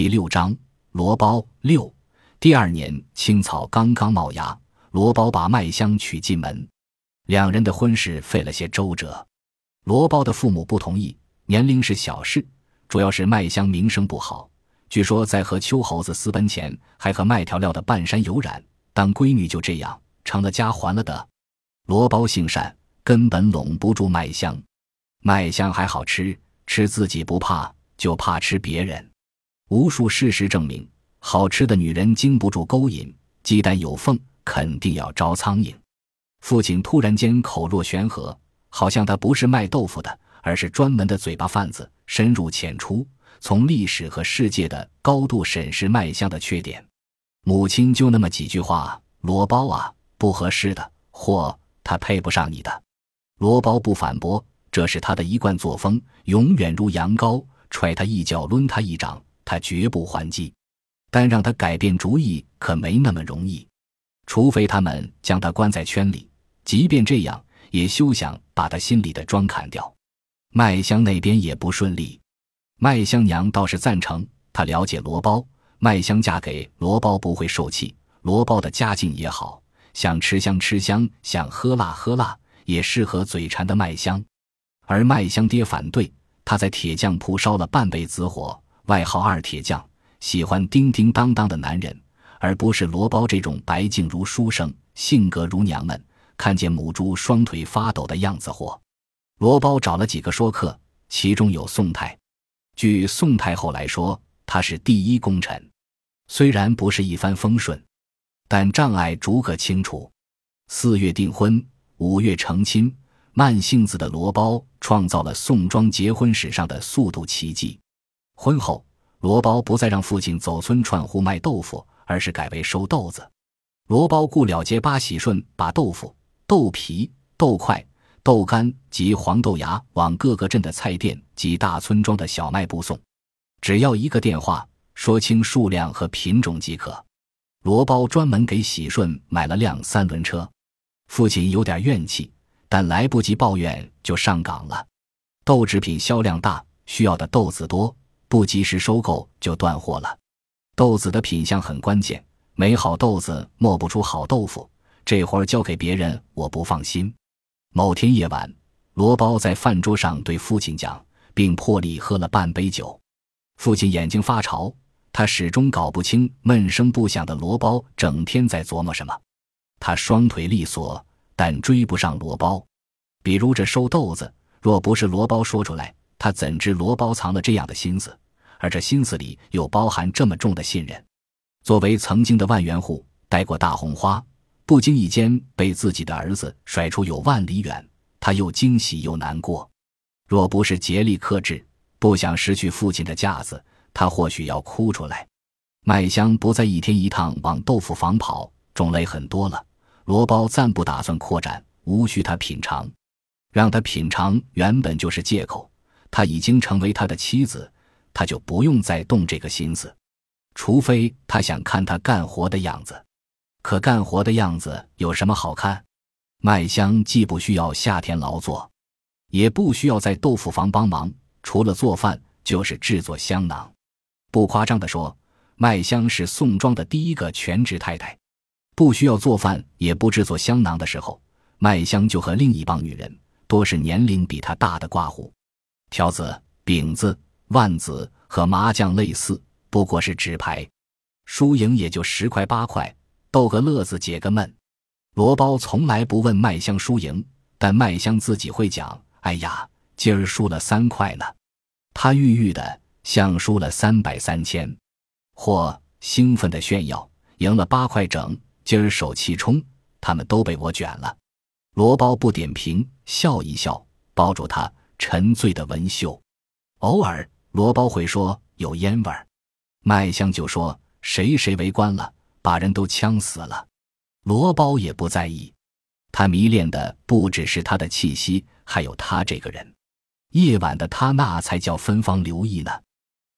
第6章罗包6。第2年青草刚刚冒芽，罗包把麦香娶进门，两人的婚事费了些周折。罗包的父母不同意，年龄是小事，主要是麦香名声不好，据说在和秋猴子私奔前还和麦条料的半山有染，当闺女就这样成了家还了的。罗包性善，根本拢不住麦香，麦香还好吃，吃自己不怕，就怕吃别人。无数事实证明，好吃的女人经不住勾引，鸡蛋有缝肯定要招苍蝇。父亲突然间口若悬河，好像他不是卖豆腐的，而是专门的嘴巴贩子，深入浅出，从历史和世界的高度审视麦香的缺点。母亲就那么几句话：罗包啊，不合适的，或他配不上你的。罗包不反驳，这是他的一贯作风，永远如羊羔，踹他一脚抡他一掌，他绝不还击。但让他改变主意可没那么容易，除非他们将他关在圈里，即便这样也休想把他心里的桩砍掉。麦香那边也不顺利，麦香娘倒是赞成，她了解罗包，麦香嫁给罗包不会受气，罗包的家境也好，想吃香吃香，想喝辣喝辣，也适合嘴馋的麦香。而麦香爹反对，他在铁匠铺烧了半辈子火，外号二铁匠，喜欢叮叮当当的男人，而不是罗包这种白净如书生，性格如娘们，看见母猪双腿发抖的样子货。罗包找了几个说客，其中有宋太。据宋太后来说，他是第一功臣，虽然不是一帆风顺，但障碍逐个清除。4月订婚，5月成亲，慢性子的罗包创造了宋庄结婚史上的速度奇迹。婚后罗包不再让父亲走村串户卖豆腐，而是改为收豆子。罗包雇了结巴喜顺把豆腐、豆皮、豆块、豆干及黄豆芽往各个镇的菜店及大村庄的小卖部送，只要一个电话，说清数量和品种即可。罗包专门给喜顺买了辆3轮车。父亲有点怨气，但来不及抱怨就上岗了。豆制品销量大，需要的豆子多，不及时收购就断货了。豆子的品相很关键，没好豆子磨不出好豆腐，这活儿交给别人我不放心。某天夜晚，罗包在饭桌上对父亲讲，并破例喝了半杯酒。父亲眼睛发潮，他始终搞不清闷声不响的罗包整天在琢磨什么。他双腿利索，但追不上罗包。比如这收豆子，若不是罗包说出来，他怎知罗包藏了这样的心思，而这心思里又包含这么重的信任。作为曾经的万元户，待过大红花，不经意间被自己的儿子甩出有万里远，他又惊喜又难过。若不是竭力克制，不想失去父亲的架子，他或许要哭出来。麦香不再一天一趟往豆腐坊跑，种类很多了，罗包暂不打算扩展，无需他品尝。让他品尝原本就是借口，他已经成为他的妻子，他就不用再动这个心思，除非他想看他干活的样子。可干活的样子有什么好看？麦香既不需要下田劳作，也不需要在豆腐坊帮忙，除了做饭就是制作香囊。不夸张地说，麦香是宋庄的第一个全职太太。不需要做饭也不制作香囊的时候，麦香就和另一帮女人，多是年龄比她大的寡妇。条子、饼子、腕子和麻将类似，不过是纸牌，输赢也就10块8块，逗个乐子解个闷。罗包从来不问麦香输赢，但麦香自己会讲，哎呀，今儿输了3块呢。他郁郁的像输了300、3000，或兴奋的炫耀，赢了8块整，今儿手气冲，他们都被我卷了。罗包不点评，笑一笑，抱住他沉醉的纹绣。偶尔罗包会说有烟味儿，麦香就说谁围观了，把人都呛死了。罗包也不在意，他迷恋的不只是他的气息，还有他这个人。夜晚的他那才叫芬芳留意呢。